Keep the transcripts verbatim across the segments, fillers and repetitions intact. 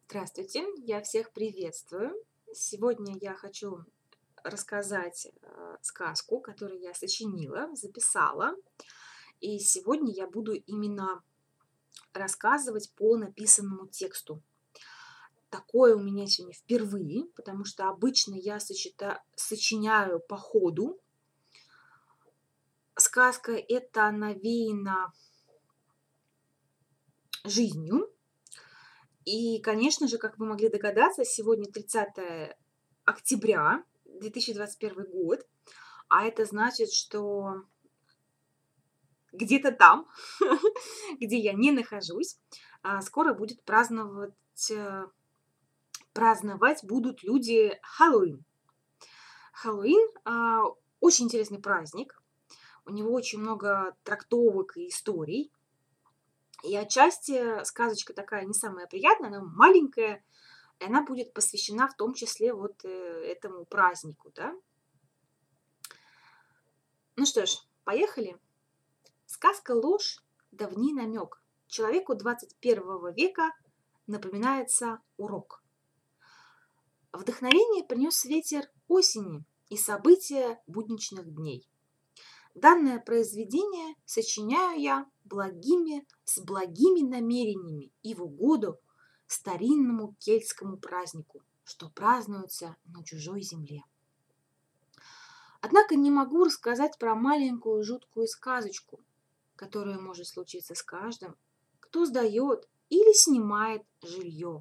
Здравствуйте, я всех приветствую. Сегодня я хочу рассказать э, сказку, которую я сочинила, записала. И сегодня я буду именно рассказывать по написанному тексту. Такое у меня сегодня впервые, потому что обычно я сочета- сочиняю по ходу. Сказка эта навеяна жизнью. И, конечно же, как вы могли догадаться, сегодня тридцатое октября, две тысячи двадцать первый год, а это значит, что где-то там, где я не нахожусь, а, скоро будет праздновать, э, праздновать будут люди Хэллоуин. Хэллоуин а, очень интересный праздник, у него очень много трактовок и историй. И отчасти сказочка такая не самая приятная, она маленькая, и она будет посвящена в том числе вот э, этому празднику, да. Ну что ж, поехали. Сказка ложь, давний намек. Человеку двадцать первого века напоминается урок. Вдохновение принес ветер осени и события будничных дней. Данное произведение сочиняю я благими, с благими намерениями и в угоду старинному кельтскому празднику, что празднуется на чужой земле. Однако не могу рассказать про маленькую жуткую сказочку, которая может случиться с каждым, кто сдает или снимает жилье.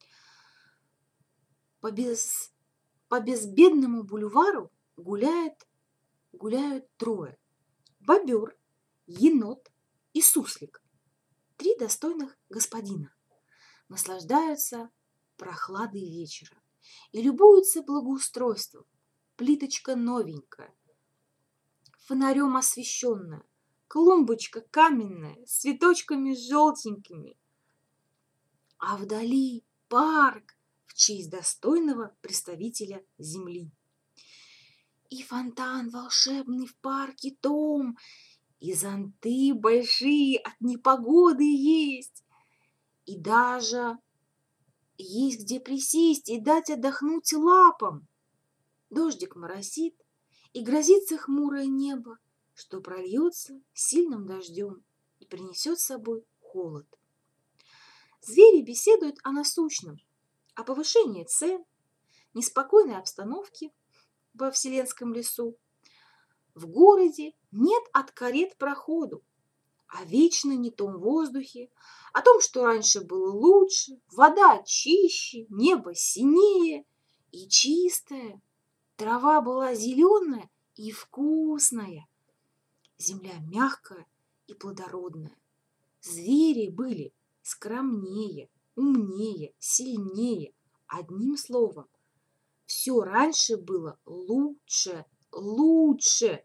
По, без, по безбедному бульвару гуляет, гуляют трое. Бобер, енот и суслик. Три достойных господина. Наслаждаются прохладой вечера и любуются благоустройством. Плиточка новенькая, фонарем освещенная, клумбочка каменная с цветочками желтенькими. А вдали парк в честь достойного представителя земли. И фонтан волшебный в парке том, и зонты большие от непогоды есть, и даже есть где присесть и дать отдохнуть лапам. Дождик моросит, и грозится хмурое небо, что прольется сильным дождем и принесет с собой холод. Звери беседуют о насущном, о повышении цен, неспокойной обстановке во вселенском лесу. В городе нет от карет проходу, о вечно не том воздухе, о том, что раньше было лучше, вода чище, небо синее и чистое, трава была зеленая и вкусная, земля мягкая и плодородная. Звери были скромнее, умнее, сильнее. Одним словом, все раньше было лучше, лучше.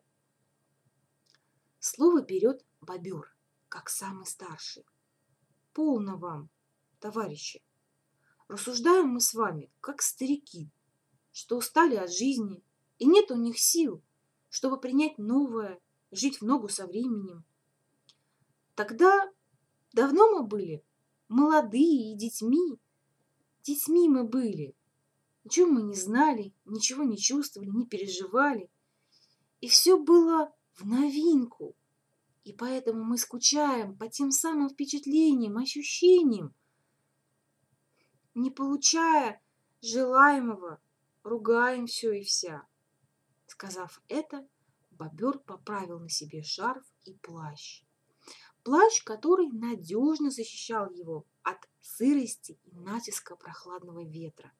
Слово берет бобер, как самый старший. Полно вам, товарищи. Рассуждаем мы с вами, как старики, что устали от жизни, и нет у них сил, чтобы принять новое, жить в ногу со временем. Тогда давно мы были молодые и детьми. Детьми мы были. Ничего мы не знали, ничего не чувствовали, не переживали. И все было в новинку. И поэтому мы скучаем по тем самым впечатлениям, ощущениям, не получая желаемого, ругаем все и вся. Сказав это, бобер поправил на себе шарф и плащ. Плащ, который надежно защищал его от сырости и натиска прохладного ветра.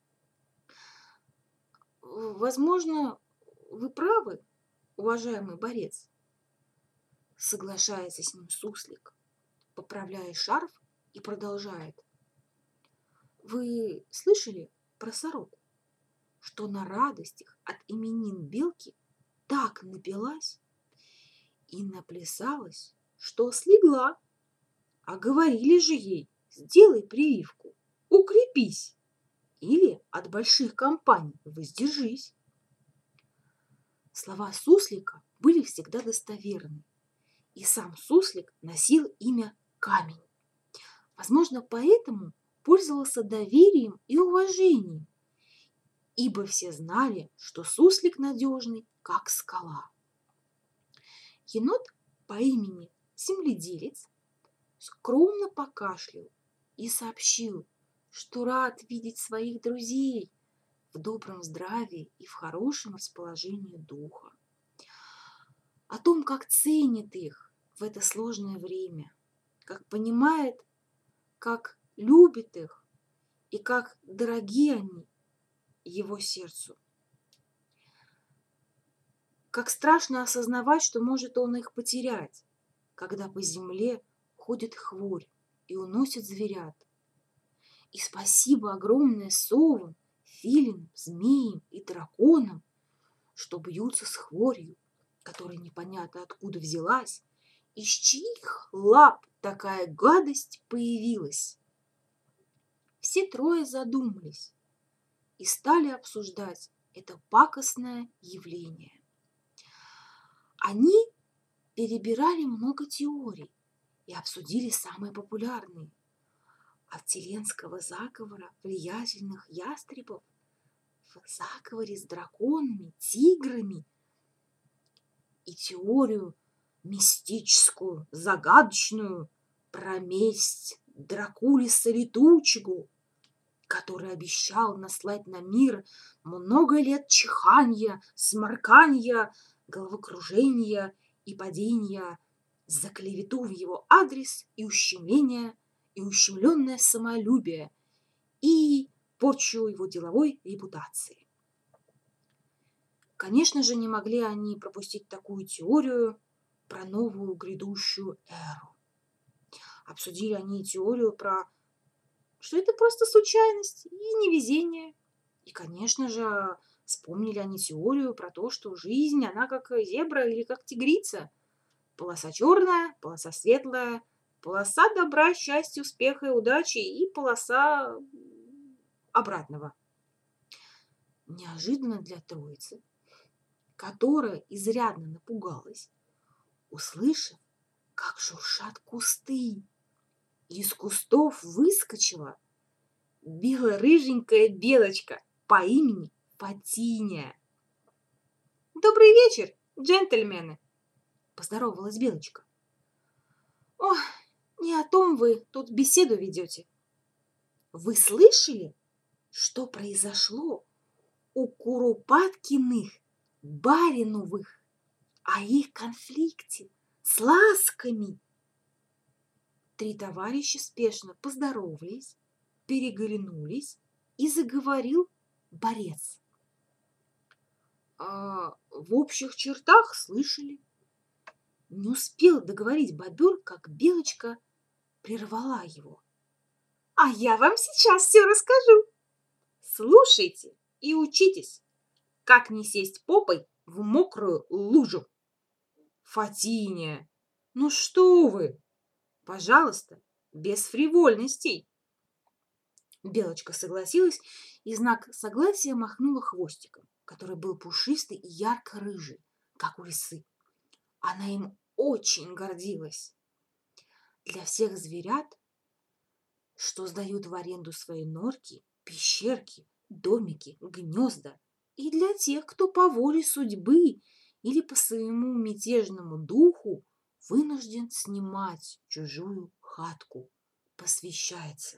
Возможно, вы правы, уважаемый борец, соглашается с ним суслик, поправляя шарф и продолжает. Вы слышали про сороку, что на радостях от именин белки так напилась и наплясалась, что слегла, а говорили же ей, сделай прививку, укрепись, или от больших компаний воздержись. Слова суслика были всегда достоверны, и сам суслик носил имя Камень. Возможно, поэтому пользовался доверием и уважением, ибо все знали, что суслик надежный, как скала. Енот по имени Земледелец скромно покашлял и сообщил, что рад видеть своих друзей в добром здравии и в хорошем расположении духа. О том, как ценит их в это сложное время, как понимает, как любит их и как дороги они его сердцу. Как страшно осознавать, что может он их потерять, когда по земле ходит хворь и уносит зверят. И спасибо огромное совам, филинам, змеям и драконам, что бьются с хворью, которая непонятно откуда взялась, из чьих лап такая гадость появилась. Все трое задумались и стали обсуждать это пакостное явление. Они перебирали много теорий и обсудили самые популярные. От вселенского заговора влиятельных ястребов в заговоре с драконами, тиграми и теорию мистическую, загадочную про месть Дракулиса Летучего, который обещал наслать на мир много лет чиханья, сморканья, головокружения и падения за клевету в его адрес и ущемление, и ущемленное самолюбие, и порчу его деловой репутации. Конечно же, не могли они пропустить такую теорию про новую грядущую эру. Обсудили они теорию про, что это просто случайность и невезение. И, конечно же, вспомнили они теорию про то, что жизнь, она как зебра или как тигрица. Полоса черная, полоса светлая, полоса добра, счастья, успеха и удачи и полоса обратного. Неожиданно для троицы, которая изрядно напугалась, услышав, как шуршат кусты. Из кустов выскочила бело-рыженькая белочка по имени Фатиния. «Добрый вечер, джентльмены!» — поздоровалась белочка. «Ох, не о том вы тут беседу ведете. Вы слышали, что произошло у Куропаткиных Бариновых, о их конфликте с ласками?» Три товарища спешно поздоровались, переглянулись, и заговорил борец. А в общих чертах слышали. Не успел договорить бобер, как белочка прервала его. «А я вам сейчас все расскажу. Слушайте и учитесь, как не сесть попой в мокрую лужу». «Фатиния, ну что вы? Пожалуйста, без фривольностей». Белочка согласилась и в знак согласия махнула хвостиком, который был пушистый и ярко-рыжий, как у лисы. Она им очень гордилась. Для всех зверят, что сдают в аренду свои норки, пещерки, домики, гнезда, и для тех, кто по воле судьбы или по своему мятежному духу вынужден снимать чужую хатку, посвящается.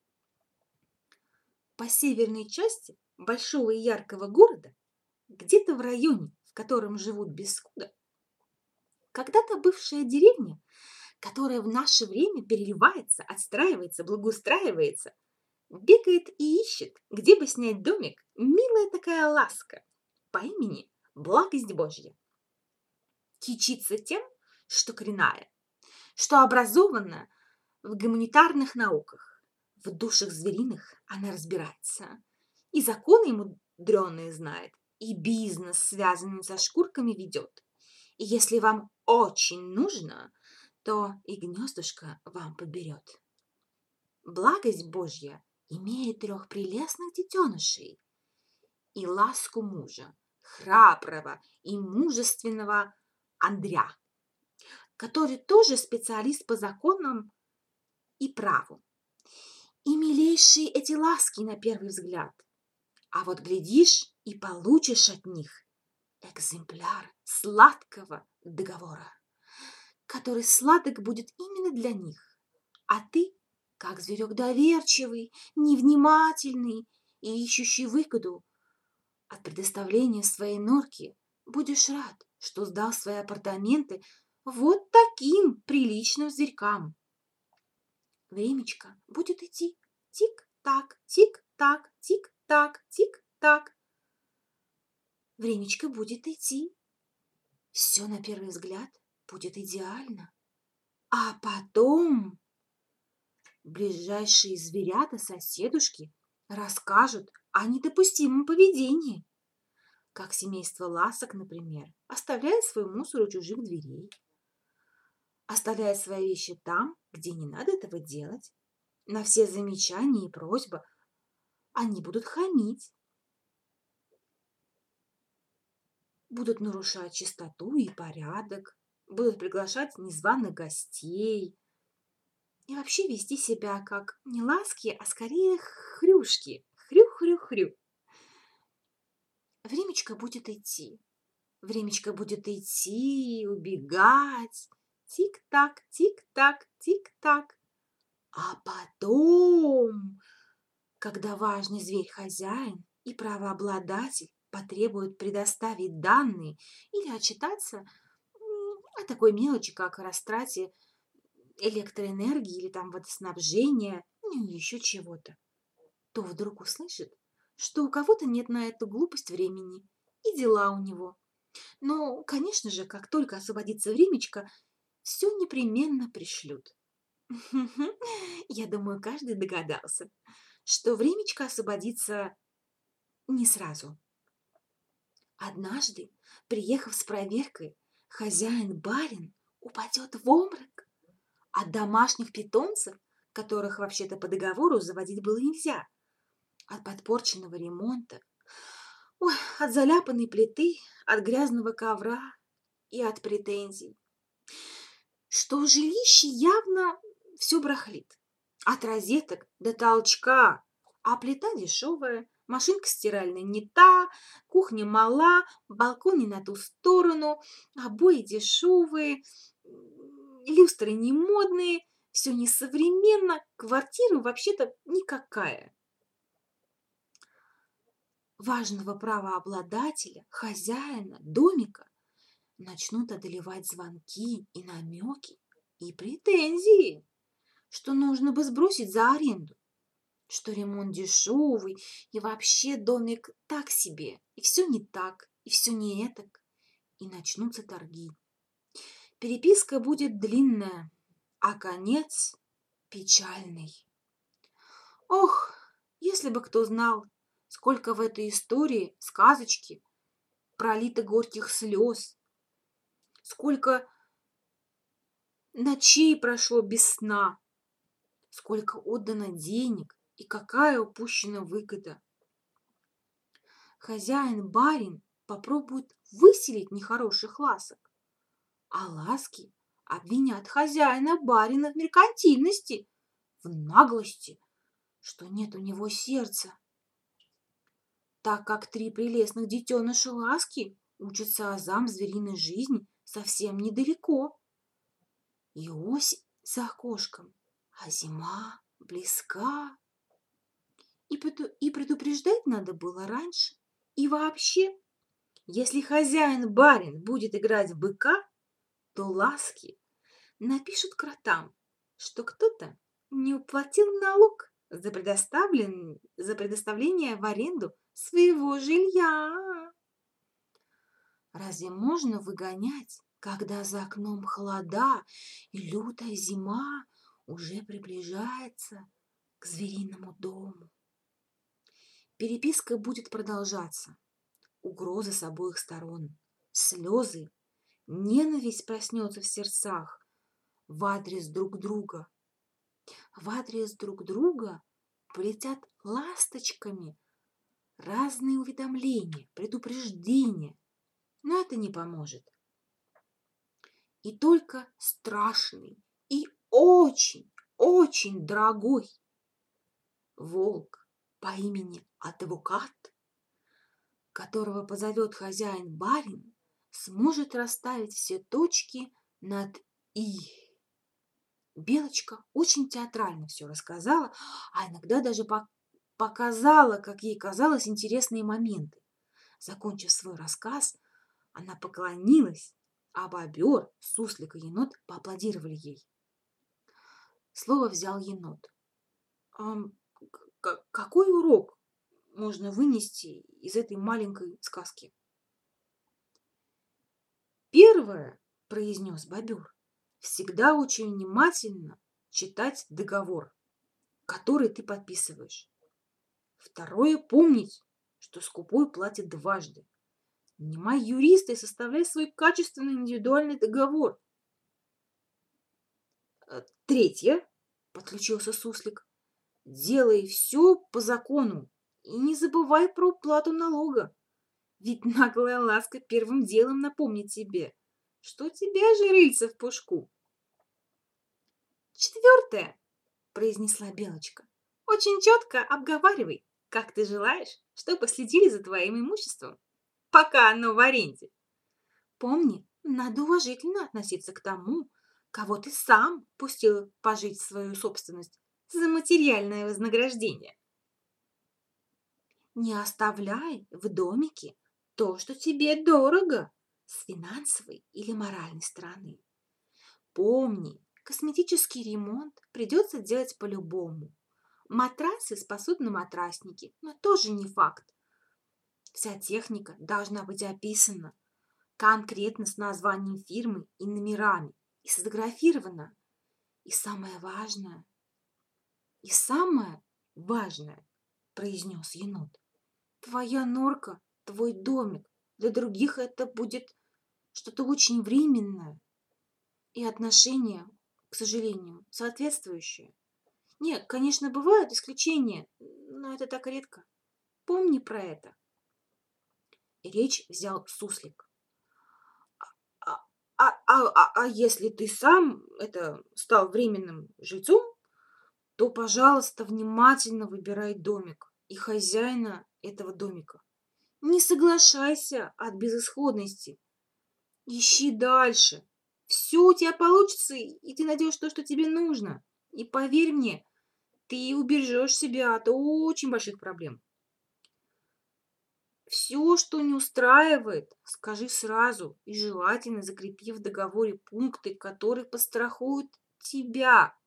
По северной части большого и яркого города, где-то в районе, в котором живут без скуда, когда-то бывшая деревня, которая в наше время переливается, отстраивается, благоустраивается, бегает и ищет, где бы снять домик, милая такая ласка по имени Благость Божья. Кичится тем, что коренная, что образована в гуманитарных науках, в душах звериных она разбирается, и законы мудреные знает, и бизнес, связанный со шкурками, ведет. И если вам очень нужно, то и гнездышко вам подберет. Благость Божья имеет трех прелестных детенышей и ласку мужа, храброго и мужественного Андря, который тоже специалист по законам и праву. и милейшие эти ласки на первый взгляд. А вот глядишь и получишь от них экземпляр сладкого договора, который сладок будет именно для них. А ты, как зверек доверчивый, невнимательный и ищущий выгоду от предоставления своей норки, будешь рад, что сдал свои апартаменты вот таким приличным зверькам. Времечко будет идти тик-так, тик-так, тик-так, тик-так. Времечко будет идти. Все на первый взгляд будет идеально. А потом ближайшие зверята-соседушки расскажут о недопустимом поведении. Как семейство ласок, например, оставляет свой мусор у чужих дверей, оставляет свои вещи там, где не надо этого делать. На все замечания и просьбы они будут хамить, будут нарушать чистоту и порядок, будут приглашать незваных гостей и вообще вести себя как не ласки, а скорее хрюшки. Хрю-хрю-хрю. Времечко будет идти. Времечко будет идти, убегать. Тик-так, тик-так, тик-так. А потом, когда важный зверь-хозяин и правообладатель потребуют предоставить данные или отчитаться о такой мелочи, как о растрате электроэнергии или там водоснабжения, ну или еще чего-то, то вдруг услышит, что у кого-то нет на эту глупость времени и дела у него. Но, конечно же, как только освободится времечко, все непременно пришлют. Я думаю, каждый догадался, что времечко освободится не сразу. Однажды, приехав с проверкой, хозяин-барин упадет в обморок. От домашних питомцев, которых вообще-то по договору заводить было нельзя, от подпорченного ремонта, ой, от заляпанной плиты, от грязного ковра и от претензий, что в жилище явно все барахлит. От розеток до толчка, а плита дешевая, машинка стиральная не та, кухня мала, балкон не на ту сторону, обои дешевые, люстры не модные, все несовременно, квартира вообще-то никакая. Важного правообладателя, хозяина, домика начнут одолевать звонки и намеки, и претензии, что нужно бы сбросить за аренду, что ремонт дешевый, и вообще домик так себе, и все не так, и все не этак, и начнутся торги. Переписка будет длинная, а конец печальный. Ох, если бы кто знал, сколько в этой истории сказочки пролито горьких слез, сколько ночей прошло без сна, сколько отдано денег и какая упущена выгода. Хозяин-барин попробует выселить нехороших ласок, а ласки обвинят хозяина-барина в меркантильности, в наглости, что нет у него сердца. Так как три прелестных детеныша ласки учатся азам звериной жизни совсем недалеко. И осень за окошком, а зима близка. И, и предупреждать надо было раньше. И вообще, если хозяин-барин будет играть в быка, то ласки напишут кротам, что кто-то не уплатил налог за, предоставлен... за предоставление в аренду своего жилья. Разве можно выгонять, когда за окном холода и лютая зима уже приближается к звериному дому? Переписка будет продолжаться. Угрозы с обоих сторон, слезы, ненависть проснется в сердцах в адрес друг друга. В адрес друг друга полетят ласточками разные уведомления, предупреждения, но это не поможет. И только страшный и очень, очень дорогой волк по имени Адвокат, которого позовет хозяин-барин, сможет расставить все точки над «и». Белочка очень театрально все рассказала, а иногда даже по- показала, как ей казалось, интересные моменты. Закончив свой рассказ, она поклонилась, а бобер, суслик и енот поаплодировали ей. Слово взял енот. «Ам, к- какой урок можно вынести из этой маленькой сказки?» «Первое, — произнес бобер, — всегда очень внимательно читать договор, который ты подписываешь. Второе, — помнить, что скупой платит дважды. Нанимай юриста и составляй свой качественный индивидуальный договор. «Э, Третье, — подключился суслик, — делай все по закону и не забывай про уплату налога. Ведь наглая ласка первым делом напомнит тебе, что у тебя же рыльца в пушку». «Четвертое, — произнесла Белочка, — очень четко обговаривай, как ты желаешь, чтобы следили за твоим имуществом, пока оно в аренде. Помни, надо уважительно относиться к тому, кого ты сам пустил пожить в свою собственность за материальное вознаграждение. Не оставляй в домике то, что тебе дорого, с финансовой или моральной стороны. Помни, косметический ремонт придется делать по-любому. Матрасы спасут на матрасники, но тоже не факт. Вся техника должна быть описана конкретно с названием фирмы и номерами, и сфотографирована. И самое важное, и самое важное, произнес енот, твоя норка, твой домик, для других это будет что-то очень временное, и отношение, к сожалению, соответствующее. Нет, конечно, бывают исключения, но это так редко. Помни про это. И речь взял суслик. А, а, а, а, а если ты сам это стал временным жильцом, то, пожалуйста, внимательно выбирай домик и хозяина этого домика. Не соглашайся от безысходности. Ищи дальше. Все у тебя получится, и ты найдешь то, что тебе нужно. И поверь мне, ты убережешь себя от очень больших проблем. Все, что не устраивает, скажи сразу и желательно закрепи в договоре пункты, которые подстрахуют тебя.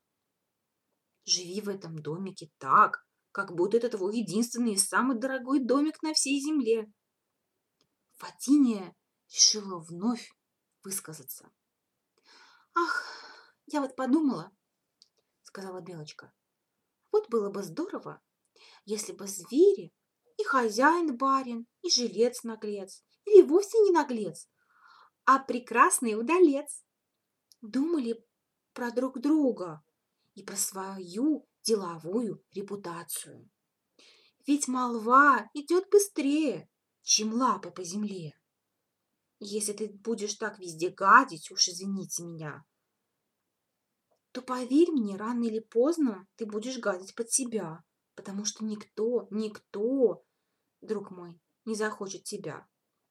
Живи в этом домике так, как будто это твой единственный и самый дорогой домик на всей земле. Фатиния решила вновь высказаться. «Ах, я вот подумала, — сказала Белочка, — вот было бы здорово, если бы звери и хозяин-барин, и жилец-наглец, или вовсе не наглец, а прекрасный удалец, думали про друг друга и про свою деловую репутацию. Ведь молва идет быстрее, чем лапы по земле. Если ты будешь так везде гадить, уж извините меня, то поверь мне, рано или поздно ты будешь гадить под себя, потому что никто, никто, друг мой, не захочет тебя.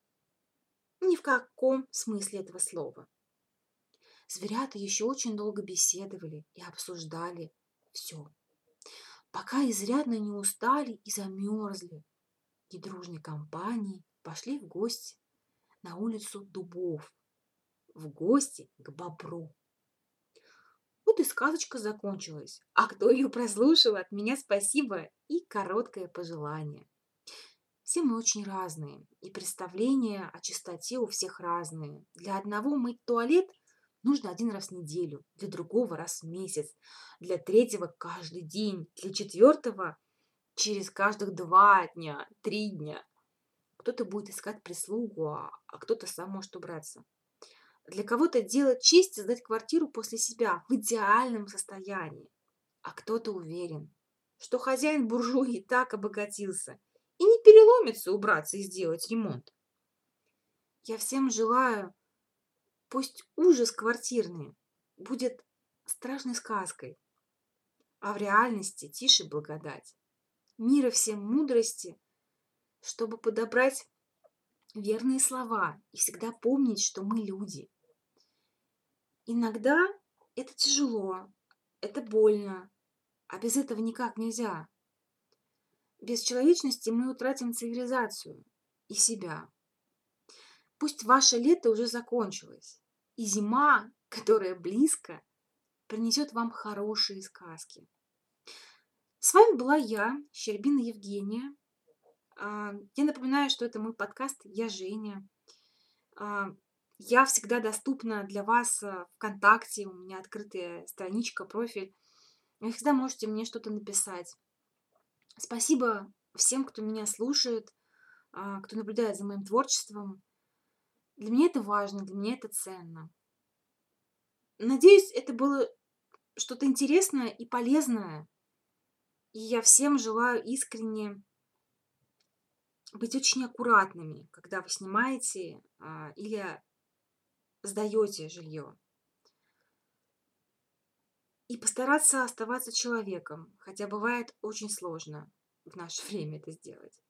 Ни в каком смысле этого слова. Зверята еще очень долго беседовали и обсуждали все, пока изрядно не устали и замерзли, и дружной компанией пошли в гости на улицу Дубов, в гости к бобру. Вот и сказочка закончилась. А кто ее прослушал, от меня спасибо и короткое пожелание. Все мы очень разные, и представления о чистоте у всех разные. Для одного мыть туалет нужно один раз в неделю, для другого раз в месяц, для третьего каждый день, для четвертого через каждых два дня, три дня. Кто-то будет искать прислугу, а, а кто-то сам может убраться. Для кого-то дело честь сдать квартиру после себя в идеальном состоянии, а кто-то уверен, что хозяин-буржуй и так обогатился и не переломится убраться и сделать ремонт. Я всем желаю, пусть ужас квартирный будет страшной сказкой, а в реальности тише благодать. мира всем мудрости, чтобы подобрать верные слова и всегда помнить, что мы люди. Иногда это тяжело, это больно, а без этого никак нельзя. Без человечности мы утратим цивилизацию и себя. Пусть ваше лето уже закончилось, и зима, которая близко, принесет вам хорошие сказки. С вами была я, Щербина Евгения. А, Я напоминаю, что это мой подкаст «Я Женя». А, Я всегда доступна для вас а, ВКонтакте, у меня открытая страничка, профиль. Вы всегда можете мне что-то написать. Спасибо всем, кто меня слушает, а, кто наблюдает за моим творчеством. Для меня это важно, для меня это ценно. Надеюсь, это было что-то интересное и полезное. И я всем желаю искренне быть очень аккуратными, когда вы снимаете а, или сдаете жилье. И постараться оставаться человеком, хотя бывает очень сложно в наше время это сделать.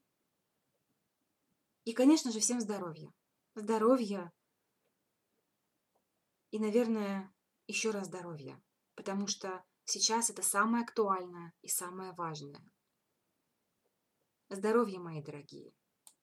И, конечно же, всем здоровья. Здоровья и, наверное, еще раз здоровья, потому что сейчас это самое актуальное и самое важное. Здоровья, мои дорогие.